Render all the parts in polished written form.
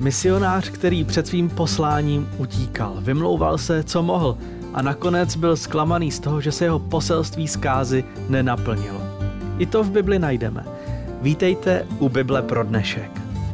Misionář, který před svým posláním utíkal, vymlouval se, co mohl a nakonec byl zklamaný z toho, že se jeho poselství zkázy nenaplnilo. I to v Bibli najdeme. Vítejte u Bible pro dnešek.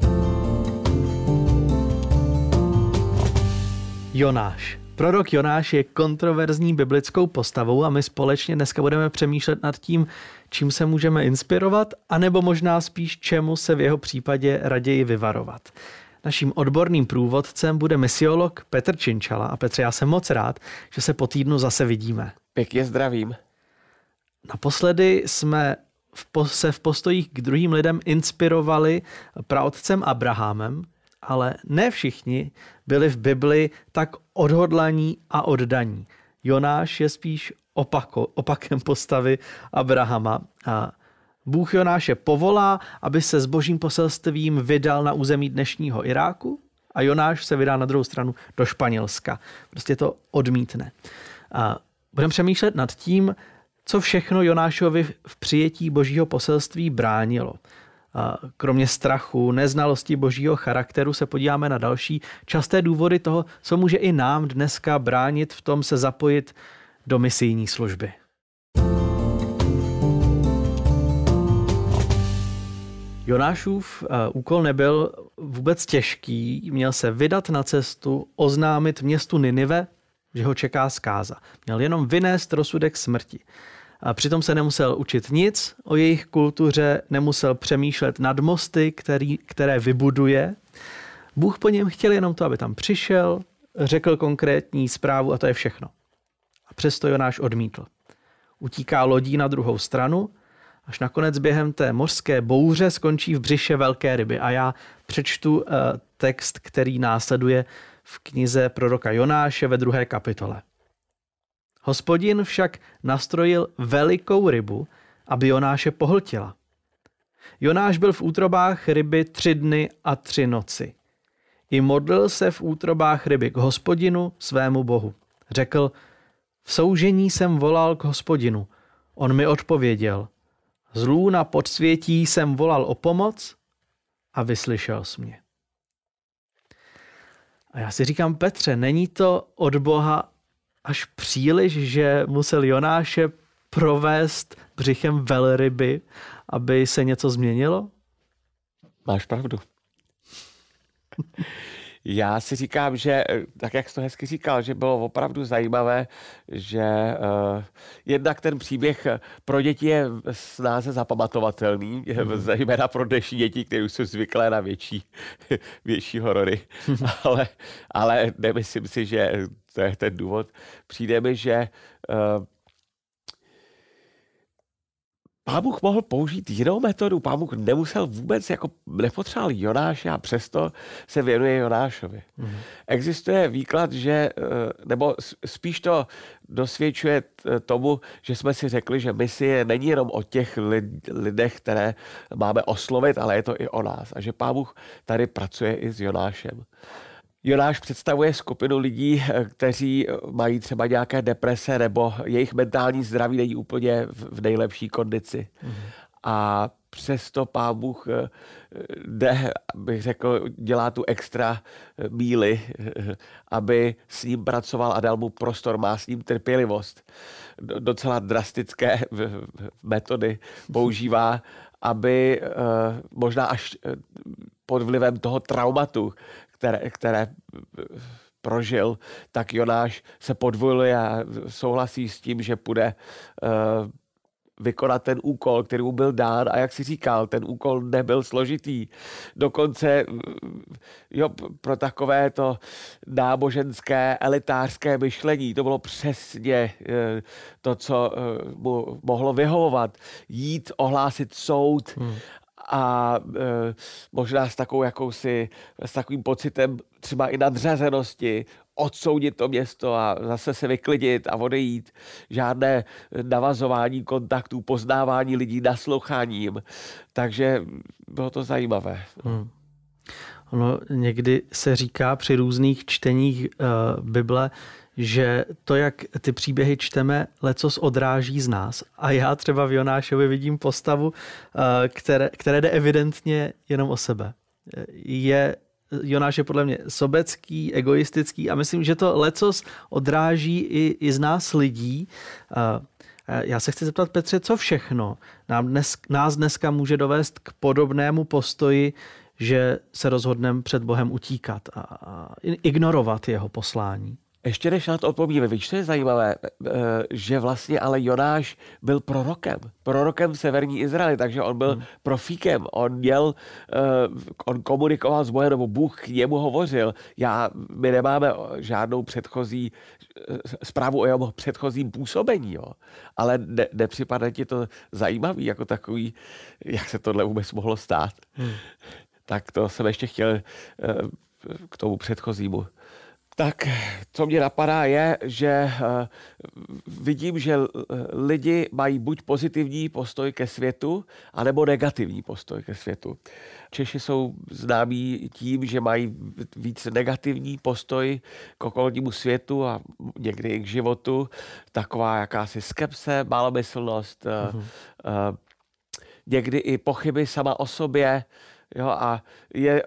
Jonáš. Prorok Jonáš je kontroverzní biblickou postavou a my společně dneska budeme přemýšlet nad tím, čím se můžeme inspirovat, anebo možná spíš čemu se v jeho případě raději vyvarovat. Naším odborným průvodcem bude misiolog Petr Činčala. A Petře, já jsem moc rád, že se po týdnu zase vidíme. Pěkně zdravím. Naposledy jsme se v postojích k druhým lidem inspirovali praotcem Abrahamem, ale ne všichni byli v Bibli tak odhodlaní a oddaní. Jonáš je spíš opakem postavy Abrahama. A Bůh Jonáše povolá, aby se s božím poselstvím vydal na území dnešního Iráku a Jonáš se vydá na druhou stranu do Španělska. Prostě to odmítne. A budeme přemýšlet nad tím, co všechno Jonášovi v přijetí božího poselství bránilo. A kromě strachu, neznalosti božího charakteru se podíváme na další časté důvody toho, co může i nám dneska bránit v tom se zapojit do misijní služby. Jonášův úkol nebyl vůbec těžký, měl se vydat na cestu, oznámit městu Ninive, že ho čeká zkáza. Měl jenom vynést rozsudek smrti. A přitom se nemusel učit nic o jejich kultuře, nemusel přemýšlet nad mosty, které vybuduje. Bůh po něm chtěl jenom to, aby tam přišel, řekl konkrétní zprávu a to je všechno. A přesto Jonáš odmítl. Utíká lodí na druhou stranu, až nakonec během té mořské bouře skončí v břiše velké ryby. A já přečtu text, který následuje v knize proroka Jonáše ve 2. kapitole. Hospodin však nastrojil velikou rybu, aby Jonáše pohltila. Jonáš byl v útrobách ryby 3 dny a 3 noci. I modlil se v útrobách ryby k Hospodinu, svému Bohu. Řekl, v soužení jsem volal k Hospodinu. On mi odpověděl. Z lůna podsvětí jsem volal o pomoc a vyslyšel jsi mě. A já si říkám, Petře, není to od Boha až příliš, že musel Jonáše provést břichem velryby, aby se něco změnilo? Máš pravdu. Já si říkám, že tak, jak jsi to hezky říkal, že bylo opravdu zajímavé, že jednak ten příběh pro děti je snáze zapamatovatelný, zejména pro dnešní děti, které už jsou zvyklé na větší horory. ale nemyslím si, že to je ten důvod. Přijde mi, že Pán Bůh mohl použít jinou metodu. Pán Bůh nemusel vůbec, nepotřeboval Jonáše a přesto se věnuje Jonášovi. Existuje výklad, že, nebo spíš to dosvědčuje tomu, že jsme si řekli, že misie není jenom o těch lidech, které máme oslovit, ale je to i o nás. A že Pán Bůh tady pracuje i s Jonášem. Jonáš představuje skupinu lidí, kteří mají třeba nějaké deprese nebo jejich mentální zdraví není úplně v nejlepší kondici. A přesto Pán Bůh bych řekl, dělá tu extra míli, aby s ním pracoval a dal mu prostor, má s ním trpělivost. Docela drastické metody používá, aby možná až pod vlivem toho traumatu, které prožil, tak Jonáš se podvoluje a souhlasí s tím, že půjde vykonat ten úkol, který mu byl dán. A jak si říkal, ten úkol nebyl složitý. Dokonce pro takové to náboženské, elitářské myšlení, to bylo přesně to, co mu mohlo vyhovovat. Jít, ohlásit soud a možná s takovým pocitem třeba i nadřazenosti odsoudit to město a zase se vyklidit a odejít. Žádné navazování kontaktů, poznávání lidí, naslouchání jim. Takže bylo to zajímavé. Ono někdy se říká při různých čteních Bible, že to, jak ty příběhy čteme, lecos odráží z nás. A já třeba v Jonášovi vidím postavu, které jde evidentně jenom o sebe. Je Jonáš je podle mě sobecký, egoistický a myslím, že to lecos odráží i z nás lidí. Já se chci zeptat, Petře, co všechno nás dneska může dovést k podobnému postoji, že se rozhodneme před Bohem utíkat a ignorovat jeho poslání? Ještě než na to odpovíme, víš, co je zajímavé, že vlastně ale Jonáš byl prorokem v severní Izraeli, takže on byl profíkem, on komunikoval s Bohem, nebo Bůh k němu hovořil. My nemáme žádnou předchozí zprávu o jeho předchozím působení, jo. Ale nepřipadá ti to zajímavý, jako takový, jak se tohle vůbec mohlo stát. Tak to jsem ještě chtěl k tomu předchozímu. Tak, co mě napadá je, že vidím, že lidi mají buď pozitivní postoj ke světu, anebo negativní postoj ke světu. Češi jsou známí tím, že mají víc negativní postoj k okolnímu světu a někdy i k životu. Taková jakási skepse, malomyslnost, někdy i pochyby sama o sobě. Jo, a je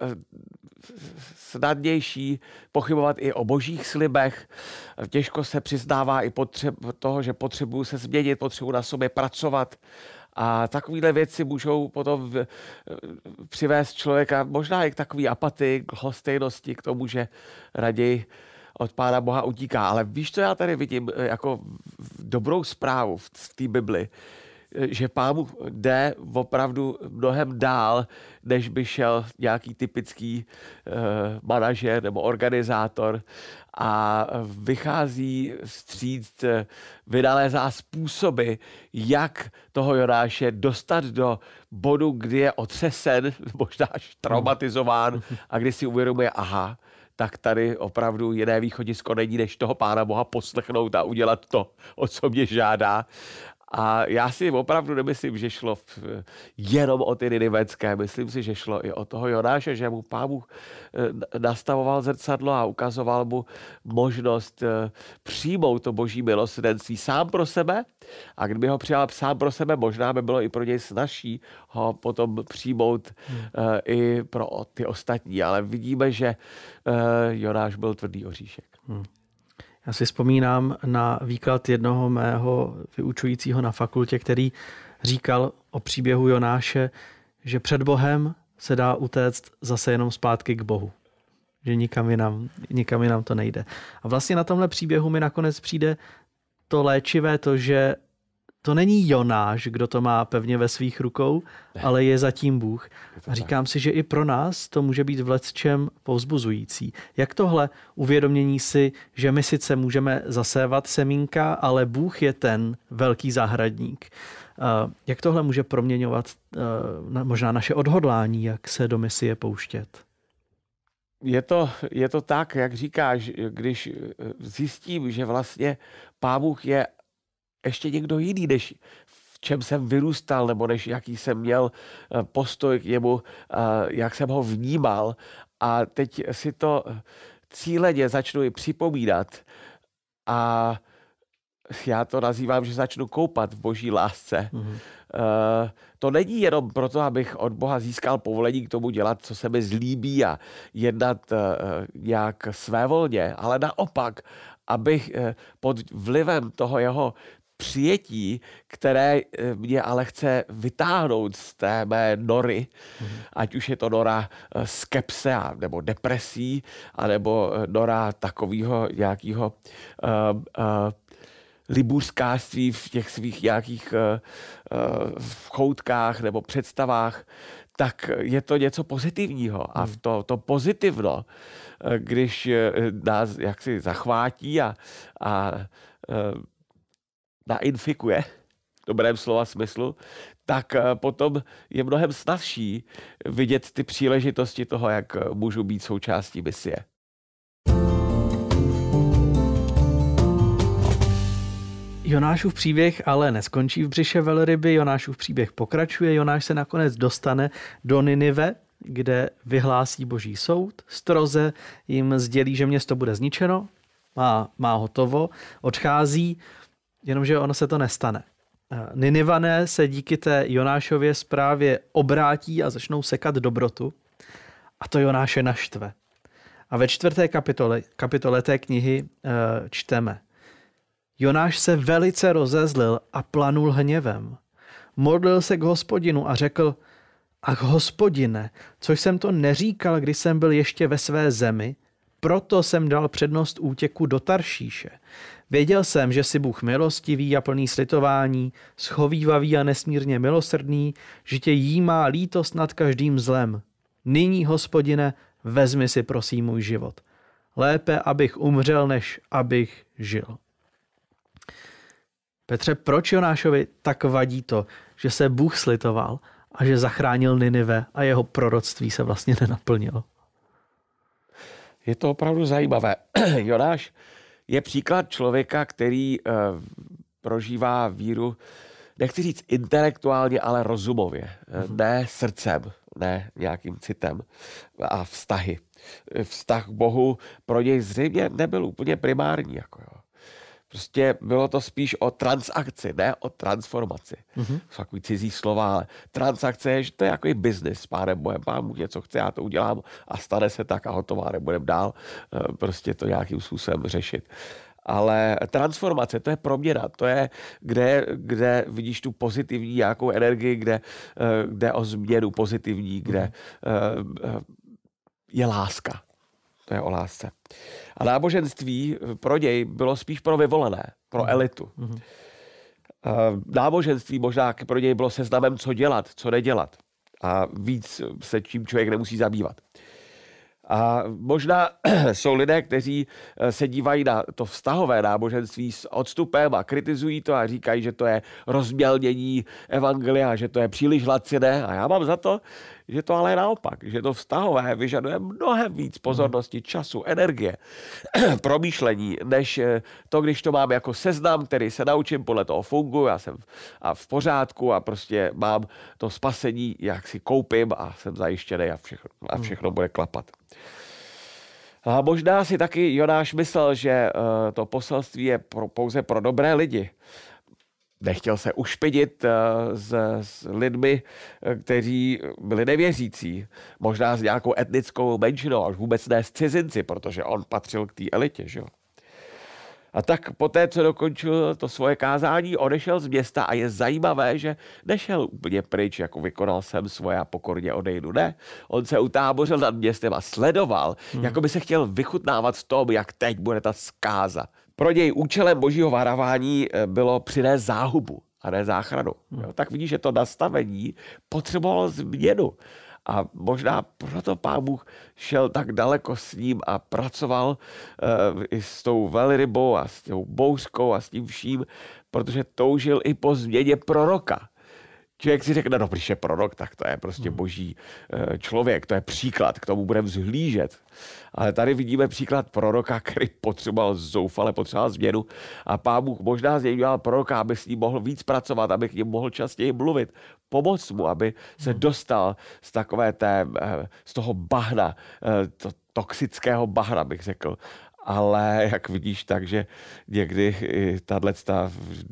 snadnější pochybovat i o božích slibech. Těžko se přiznává i toho, že potřebuju se změnit, potřebuji na sobě pracovat. A takovéhle věci můžou potom přivést člověka možná i k takové apatii, k lhostejnosti, k tomu, že raději od Pána Boha utíká. Ale víš, co já tady vidím jako dobrou zprávu v té Bibli? Že Pán Bůh jde opravdu mnohem dál, než by šel nějaký typický manažer nebo organizátor a vychází vstříc, vynalézá způsoby, jak toho Jonáše dostat do bodu, kdy je otřesen, možná až traumatizován a kdy si uvědomuje, aha, tak tady opravdu jiné východisko není, než toho Pána Boha poslechnout a udělat to, o co mě žádá. A já si opravdu nemyslím, že šlo jenom o ty ninivecké. Myslím si, že šlo i o toho Jonáše, že mu Pán Bůh nastavoval zrcadlo a ukazoval mu možnost přijmout to boží milosrdenství sám pro sebe. A kdyby ho přijal sám pro sebe, možná by bylo i pro něj snazší ho potom přijmout i pro ty ostatní. Ale vidíme, že Jonáš byl tvrdý oříšek. Já si vzpomínám na výklad jednoho mého vyučujícího na fakultě, který říkal o příběhu Jonáše, že před Bohem se dá utéct zase jenom zpátky k Bohu. Že nikam jinam to nejde. A vlastně na tomhle příběhu mi nakonec přijde to léčivé, to, že to není Jonáš, kdo to má pevně ve svých rukou, ale je zatím Bůh. A říkám si, že i pro nás to může být v lecčem povzbuzující. Jak tohle uvědomění si, že my sice můžeme zasévat semínka, ale Bůh je ten velký zahradník. Jak tohle může proměňovat možná naše odhodlání, jak se do misie pouštět? Je to tak, jak říkáš, když zjistím, že vlastně Pán Bůh je ještě někdo jiný, než v čem jsem vyrůstal, nebo než jaký jsem měl postoj k němu, jak jsem ho vnímal. A teď si to cíleně začnu i připomínat. A já to nazývám, že začnu koupat v boží lásce. To není jenom proto, abych od Boha získal povolení k tomu dělat, co se mi zlíbí a jednat nějak svévolně, ale naopak, abych pod vlivem toho jeho přijetí, které mě ale chce vytáhnout z té mé nory, ať už je to nora skepse nebo depresí, anebo nora takového nějakého libuřskářství v těch svých nějakých choutkách nebo představách, tak je to něco pozitivního. A to pozitivno, když nás jaksi zachvátí a nainfikuje, v dobrém slova smyslu, tak potom je mnohem snazší vidět ty příležitosti toho, jak můžu být součástí misie. Jonášův příběh ale neskončí v břiše velryby, Jonášův příběh pokračuje, Jonáš se nakonec dostane do Ninive, kde vyhlásí boží soud, stroze jim sdělí, že město bude zničeno, má hotovo, odchází, jenomže ono se to nestane. Ninivané se díky té Jonášově zprávě obrátí a začnou sekat dobrotu. a to Jonáše naštve. A ve 4. kapitole té knihy čteme. Jonáš se velice rozezlil a planul hněvem. Modlil se k Hospodinu a řekl, ach Hospodine, což jsem to neříkal, když jsem byl ještě ve své zemi, proto jsem dal přednost útěku do Taršíše. Věděl jsem, že jsi Bůh milostivý a plný slitování, schovívavý a nesmírně milosrdný, že tě jímá lítost nad každým zlem. Nyní, Hospodine, vezmi si prosím můj život. Lépe, abych umřel, než abych žil. Petře, proč Jonášovi tak vadí to, že se Bůh slitoval a že zachránil Ninive a jeho proroctví se vlastně nenaplnilo? Je to opravdu zajímavé. Jonáš je příklad člověka, který prožívá víru, nechci říct intelektuálně, ale rozumově. Ne srdcem, ne nějakým citem a vztahy. Vztah k Bohu pro něj zřejmě nebyl úplně primární. Jako jo. Prostě bylo to spíš o transakci, ne o transformaci. Jsou takový cizí slova, ale transakce je, že to je jako biznis s Pánem Bohem. Pán Bůh něco chce, já to udělám a stane se tak a hotová, nebudem dál prostě to nějakým způsobem řešit. Ale transformace, to je proměna, to je, kde vidíš tu pozitivní nějakou energii, kde o změnu pozitivní, kde je láska. To je o lásce. A náboženství pro něj bylo spíš pro vyvolené, pro elitu. Náboženství možná pro něj bylo seznamem, co dělat, co nedělat. A víc se čím člověk nemusí zabývat. A možná jsou lidé, kteří se dívají na to vztahové náboženství s odstupem a kritizují to a říkají, že to je rozmělnění evangelia, že to je příliš laciné. A já mám za to, že to ale je naopak, že to vztahové vyžaduje mnohem víc pozornosti, času, energie, promýšlení, než to, když to mám jako seznam, který se naučím, podle toho funguji, já jsem v pořádku a prostě mám to spasení, jak si koupím a jsem zajištěný a všechno bude klapat. A možná si taky Jonáš myslel, že to poselství je pouze pro dobré lidi. Nechtěl se ušpinit s lidmi, kteří byli nevěřící. Možná s nějakou etnickou menšinou, až vůbec ne s cizinci, protože on patřil k té elitě. Že? A tak poté, co dokončil to svoje kázání, odešel z města a je zajímavé, že nešel úplně pryč, jako vykonal jsem svoje a pokorně odejdu. Ne, on se utábořil nad městem a sledoval, jako by se chtěl vychutnávat v tom, jak teď bude ta zkáza. Pro něj účelem božího varování bylo přinést záhubu a ne záchranu. Tak vidíš, že to nastavení potřebovalo změnu. A možná proto Pán Bůh šel tak daleko s ním a pracoval i s tou velrybou a s tou bouřkou a s tím vším, protože toužil i po změně proroka. Člověk si řekne, no když je prorok, tak to je prostě boží člověk, to je příklad, k tomu budeme vzhlížet. Ale tady vidíme příklad proroka, který zoufale potřeboval změnu a Pán Bůh možná z něj dělal proroka, aby s ním mohl víc pracovat, aby k němu mohl častěji mluvit, pomoct mu, aby se dostal z z toho bahna, toxického bahna, bych řekl. Ale jak vidíš, takže někdy tato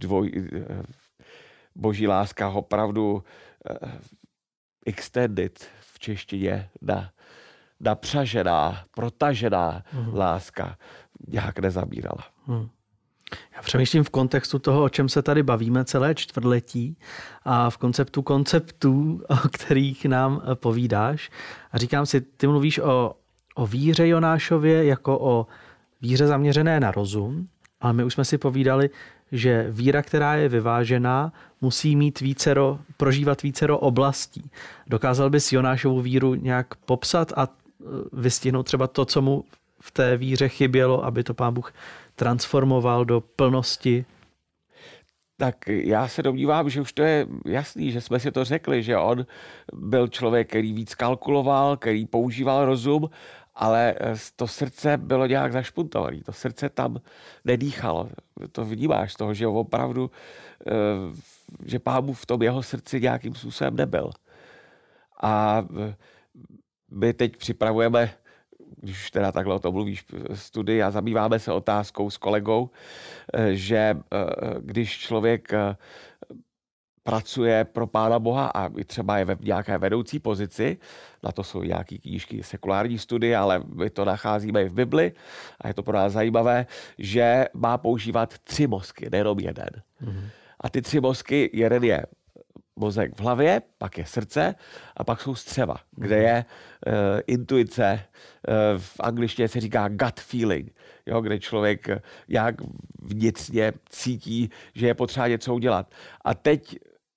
boží láska opravdu extended v češtině napřažená, protažená láska nějak nezabírala. Já přemýšlím v kontextu toho, o čem se tady bavíme celé čtvrtletí a v konceptů, o kterých nám povídáš. A říkám si, ty mluvíš o víře Jonášově jako o víře zaměřené na rozum, ale my už jsme si povídali, že víra, která je vyvážená, musí mít prožívat vícero oblastí. Dokázal bys Jonášovu víru nějak popsat a vystihnout třeba to, co mu v té víře chybělo, aby to Pán Bůh transformoval do plnosti? Tak já se domnívám, že už to je jasný, že jsme si to řekli, že on byl člověk, který víc kalkuloval, který používal rozum, ale to srdce bylo nějak zašpuntované. To srdce tam nedýchalo. To vnímáš z toho, že opravdu, že Pán Bůh v tom jeho srdci nějakým způsobem nebyl. A my teď připravujeme, když už teda takhle o tom mluvíš, studii a zabýváme se otázkou s kolegou, že když člověk pracuje pro Pána Boha a třeba je ve nějaké vedoucí pozici, na to jsou nějaké knížky, sekulární studie, ale my to nacházíme i v Bibli a je to pro nás zajímavé, že má používat 3 mozky, nejenom jeden. A ty 3 mozky, jeden je mozek v hlavě, pak je srdce a pak jsou střeva, kde je intuice, v angličtině se říká gut feeling, jo, kde člověk jak vnitřně cítí, že je potřeba něco udělat. A teď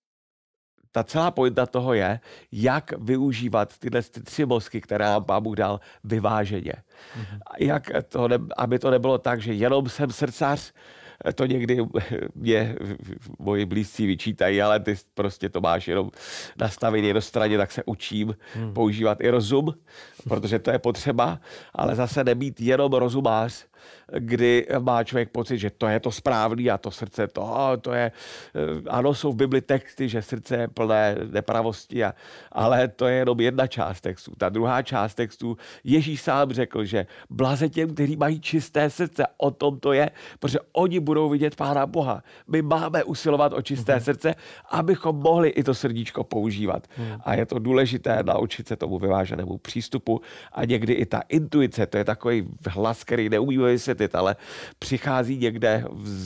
ta celá pointa toho je, jak využívat tyhle 3 mozky, které nám Pán Bůh dal, vyváženě. Jak to aby to nebylo tak, že jenom jsem srdcař, to někdy mě moji blízcí vyčítají, ale ty prostě to máš jenom nastavený jednostranně, tak se učím používat i rozum, protože to je potřeba, ale zase nebýt jenom rozumář, kdy má člověk pocit, že to je to správný a to srdce, to je, ano, jsou v Bibli texty, že srdce je plné nepravosti, ale to je jenom jedna část textu. Ta druhá část textu, Ježíš sám řekl, že blaze těm, kteří mají čisté srdce, o tom to je, protože oni budou vidět Pána Boha. My máme usilovat o čisté srdce, abychom mohli i to srdíčko používat. A je to důležité naučit se tomu vyváženému přístupu a někdy i ta intuice, to je takový hlas, který neumíme vysvětlit, ale přichází někde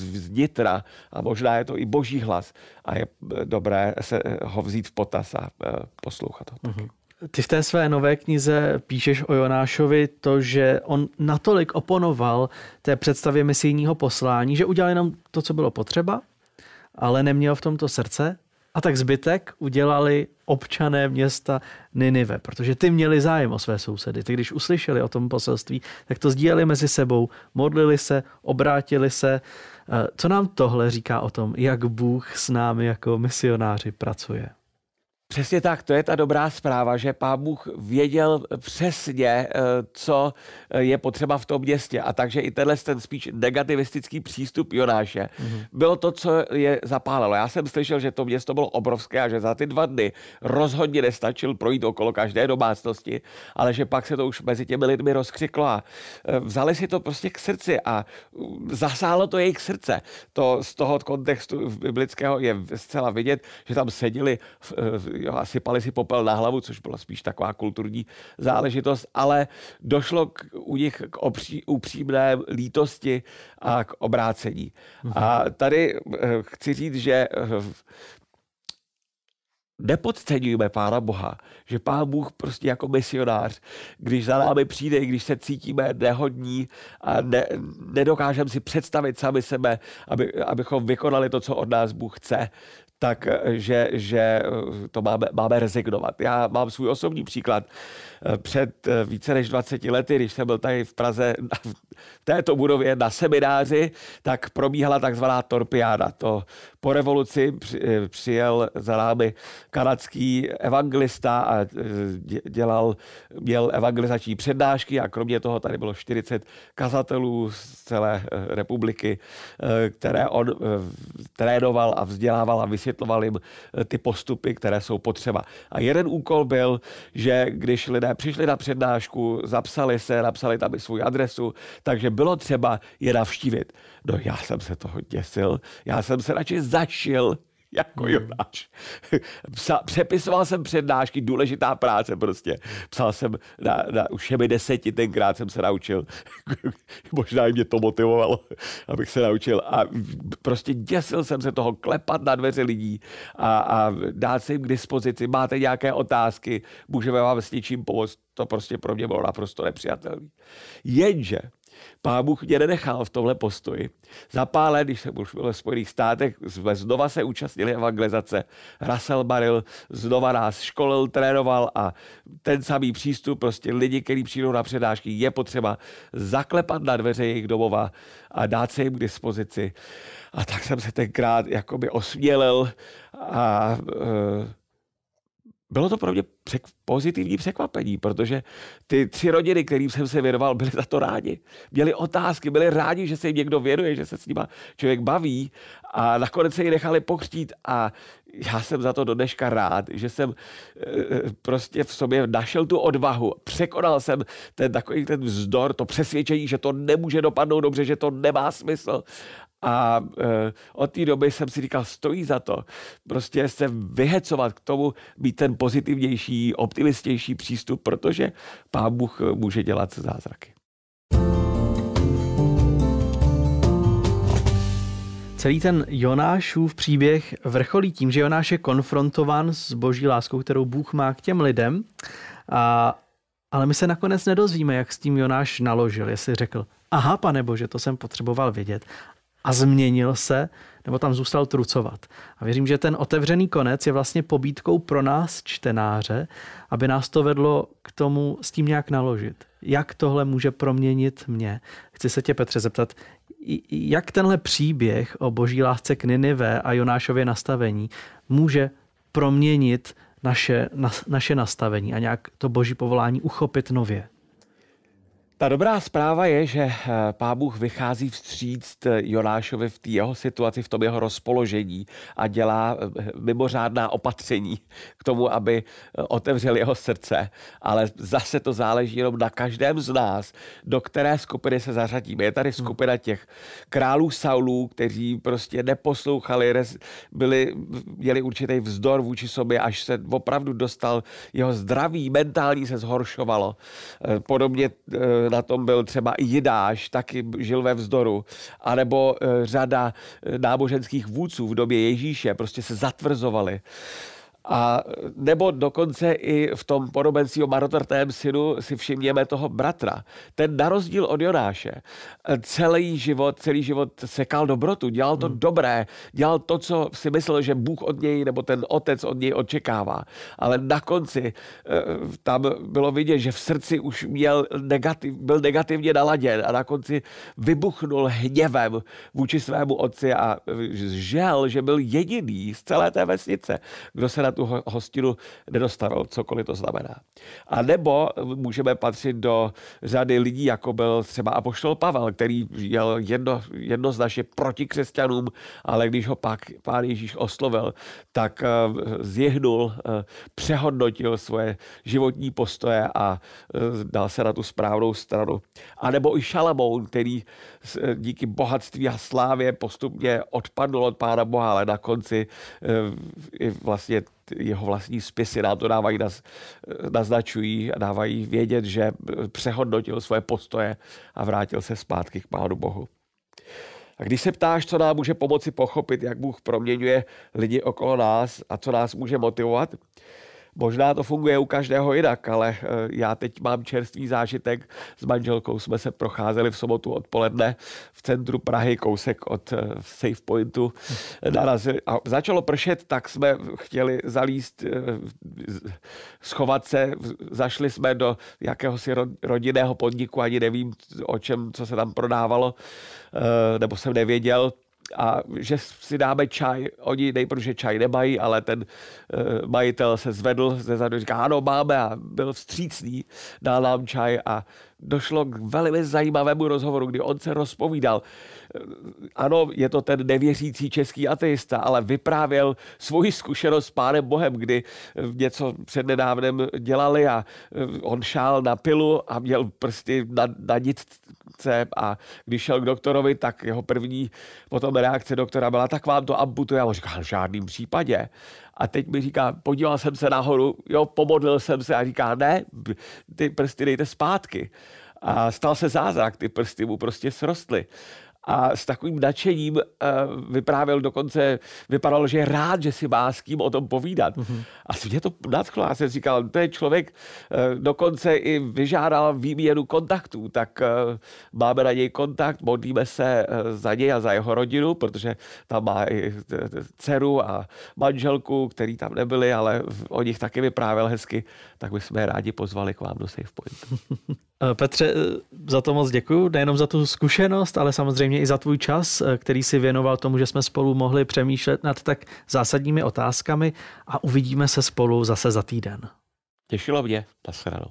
vnitra a možná je to i boží hlas a je dobré se ho vzít v potaz a poslouchat ho taky. Ty v té své nové knize píšeš o Jonášovi to, že on natolik oponoval té představě misijního poslání, že udělal jenom to, co bylo potřeba, ale neměl v tomto srdce. A tak zbytek udělali občané města Ninive, protože ty měli zájem o své sousedy. Ty, když uslyšeli o tom poselství, tak to sdíleli mezi sebou, modlili se, obrátili se. Co nám tohle říká o tom, jak Bůh s námi jako misionáři pracuje? Přesně tak, to je ta dobrá zpráva, že Pán Bůh věděl přesně, co je potřeba v tom městě. A takže i ten spíš negativistický přístup Jonáše bylo to, co je zapálilo. Já jsem slyšel, že to město bylo obrovské a že za ty 2 dny rozhodně nestačil projít okolo každé domácnosti, ale že pak se to už mezi těmi lidmi rozkřiklo a vzali si to prostě k srdci a zasálo to jejich srdce. To z toho kontextu biblického je zcela vidět, že tam seděli a sypali si popel na hlavu, což byla spíš taková kulturní záležitost, ale došlo u nich k upřímné lítosti a k obrácení. A tady chci říct, že nepodceňujeme Pána Boha, že Pán Bůh prostě jako misionář, když za námi přijde, když se cítíme nehodní a nedokážeme si představit sami sebe, abychom vykonali to, co od nás Bůh chce, tak, že to máme rezignovat. Já mám svůj osobní příklad. Před více než 20 lety, když jsem byl tady v Praze v této budově na semináři, tak probíhala takzvaná torpiáda. To po revoluci přijel za námi kanadský evangelista a měl evangelizační přednášky a kromě toho tady bylo 40 kazatelů z celé republiky, které on trénoval a vzdělával a vysvětloval jim ty postupy, které jsou potřeba. A jeden úkol byl, že když lidé přišli na přednášku, napsali tam i svou adresu, takže bylo třeba je navštívit. No já jsem se toho děsil, já jsem se radši zašil jako Jonáš. Přepisoval jsem přednášky, důležitá práce prostě. Psal jsem už je mi 10, tenkrát jsem se naučil. Možná i mě to motivovalo, abych se naučil. A prostě děsil jsem se toho klepat na dveře lidí a dát se jim k dispozici. Máte nějaké otázky, můžeme vám s něčím pomoct. To prostě pro mě bylo naprosto nepřijatelné. Jenže Pán Bůh mě nenechal v tomhle postoji. Za pár let, když jsem už byl ve Spojených státech, jsme znova se účastnili evangelizace. Russell Barrill znova nás školil, trénoval a ten samý přístup, prostě lidi, kteří přijdou na přednášky, je potřeba zaklepat na dveře jejich domova a dát se jim k dispozici. A tak jsem se tenkrát jakoby osmělil a bylo to pro mě pozitivní překvapení, protože ty 3 rodiny, kterým jsem se věnoval, byli za to rádi. Měli otázky, byli rádi, že se jim někdo věnuje, že se s nima člověk baví a nakonec se ji nechali pokřtít a já jsem za to do dneška rád, že jsem prostě v sobě našel tu odvahu, překonal jsem ten vzdor, to přesvědčení, že to nemůže dopadnout dobře, že to nemá smysl A od té doby jsem si říkal, stojí za to prostě se vyhecovat k tomu, být ten pozitivnější, optimistější přístup, protože Pán Bůh může dělat zázraky. Celý ten Jonášův příběh vrcholí tím, že Jonáš je konfrontován s boží láskou, kterou Bůh má k těm lidem, ale my se nakonec nedozvíme, jak s tím Jonáš naložil, jestli řekl, aha, Pane Bože, to jsem potřeboval vědět, a změnil se, nebo tam zůstal trucovat. A věřím, že ten otevřený konec je vlastně pobídkou pro nás, čtenáře, aby nás to vedlo k tomu s tím nějak naložit. Jak tohle může proměnit mě? Chci se tě, Petře, zeptat, jak tenhle příběh o boží lásce k Ninive a Jonášově nastavení může proměnit naše nastavení a nějak to boží povolání uchopit nově? Ta dobrá zpráva je, že Pán Bůh vychází vstříc Jonášovi v té jeho situaci, v tom jeho rozpoložení a dělá mimořádná opatření k tomu, aby otevřel jeho srdce. Ale zase to záleží jenom na každém z nás, do které skupiny se zařadíme. Je tady skupina těch králů Saulů, kteří prostě neposlouchali, měli určitý vzdor vůči sobě, až se opravdu dostal jeho zdraví, mentální se zhoršovalo. Podobně na tom byl třeba i Jidáš, taky žil ve vzdoru, anebo řada náboženských vůdců v době Ježíše prostě se zatvrzovali. A nebo dokonce i v tom podobenství o marnotratném synu si všimněme toho bratra. Ten na rozdíl od Jonáše celý život sekal dobrotu, dělal to dobré, dělal to, co si myslel, že Bůh od něj nebo ten otec od něj očekává. Ale na konci tam bylo vidět, že v srdci už byl negativně naladěn a na konci vybuchnul hněvem vůči svému otci a žel, že byl jediný z celé té vesnice, kdo se na tu hostinu nedostavil, cokoliv to znamená. A nebo můžeme patřit do řady lidí, jako byl třeba apoštol Pavel, který jel jednoznačně proti křesťanům, ale když ho pak Pán Ježíš oslovil, tak zjihnul, přehodnotil svoje životní postoje a dal se na tu správnou stranu. A nebo i Šalamoun, který díky bohatství a slávě postupně odpadl od Pána Boha, ale na konci vlastně jeho vlastní spisy nám to naznačují a dávají vědět, že přehodnotil svoje postoje a vrátil se zpátky k Pánu Bohu. A když se ptáš, co nám může pomoci pochopit, jak Bůh proměňuje lidi okolo nás a co nás může motivovat, možná to funguje u každého jinak, ale já teď mám čerstvý zážitek. S manželkou jsme se procházeli v sobotu odpoledne v centru Prahy, kousek od Safe Pointu. A začalo pršet, tak jsme chtěli zalízt, schovat se. Zašli jsme do jakéhosi rodinného podniku, ani nevím, co se tam prodávalo, nebo jsem nevěděl. A že si dáme čaj, oni nejprve čaj nemají, ale ten majitel se zvedl zezadu, říká, ano, máme, a byl vstřícný, dal nám čaj a došlo k velmi zajímavému rozhovoru, kdy on se rozpovídal. Ano, je to ten nevěřící český ateista, ale vyprávěl svoji zkušenost s Pánem Bohem, kdy něco přednedávnem dělali a on šál na pilu a měl prsty na nitce a když šel k doktorovi, tak jeho první potom reakce doktora byla, tak vám to amputuje. A on říkal, v žádným případě. A teď mi říká, podíval jsem se nahoru, pomodlil jsem se a říká, ne, ty prsty dejte zpátky. A stal se zázrak, ty prsty mu prostě srostly. A s takovým nadšením vyprávěl, dokonce vypadalo, že je rád, že si má s kým o tom povídat. Mm-hmm. A mě to nadchlo. Já jsem říkal, to je člověk, dokonce i vyžádal výměnu kontaktů, tak máme na něj kontakt, modlíme se za něj a za jeho rodinu, protože tam má i dceru a manželku, který tam nebyli, ale o nich taky vyprávěl hezky, tak my jsme rádi pozvali k vám do Safe Point. Petře, za to moc děkuju, nejenom za tu zkušenost, ale samozřejmě i za tvůj čas, který si věnoval tomu, že jsme spolu mohli přemýšlet nad tak zásadními otázkami a uvidíme se spolu zase za týden. Těšilo mě, nashledanou.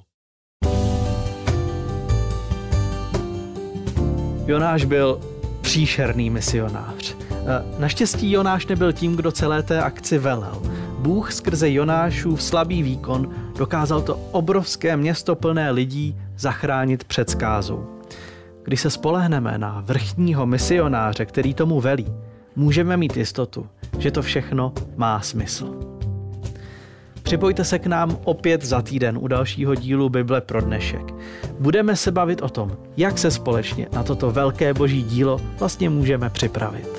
Jonáš byl příšerný misionář. Naštěstí Jonáš nebyl tím, kdo celé té akci velel. Bůh skrze Jonášův slabý výkon dokázal to obrovské město plné lidí zachránit před zkázou. když se spolehneme na vrchního misionáře, který tomu velí, můžeme mít jistotu, že to všechno má smysl. Připojte se k nám opět za týden u dalšího dílu Bible pro dnešek. Budeme se bavit o tom, jak se společně na toto velké boží dílo vlastně můžeme připravit.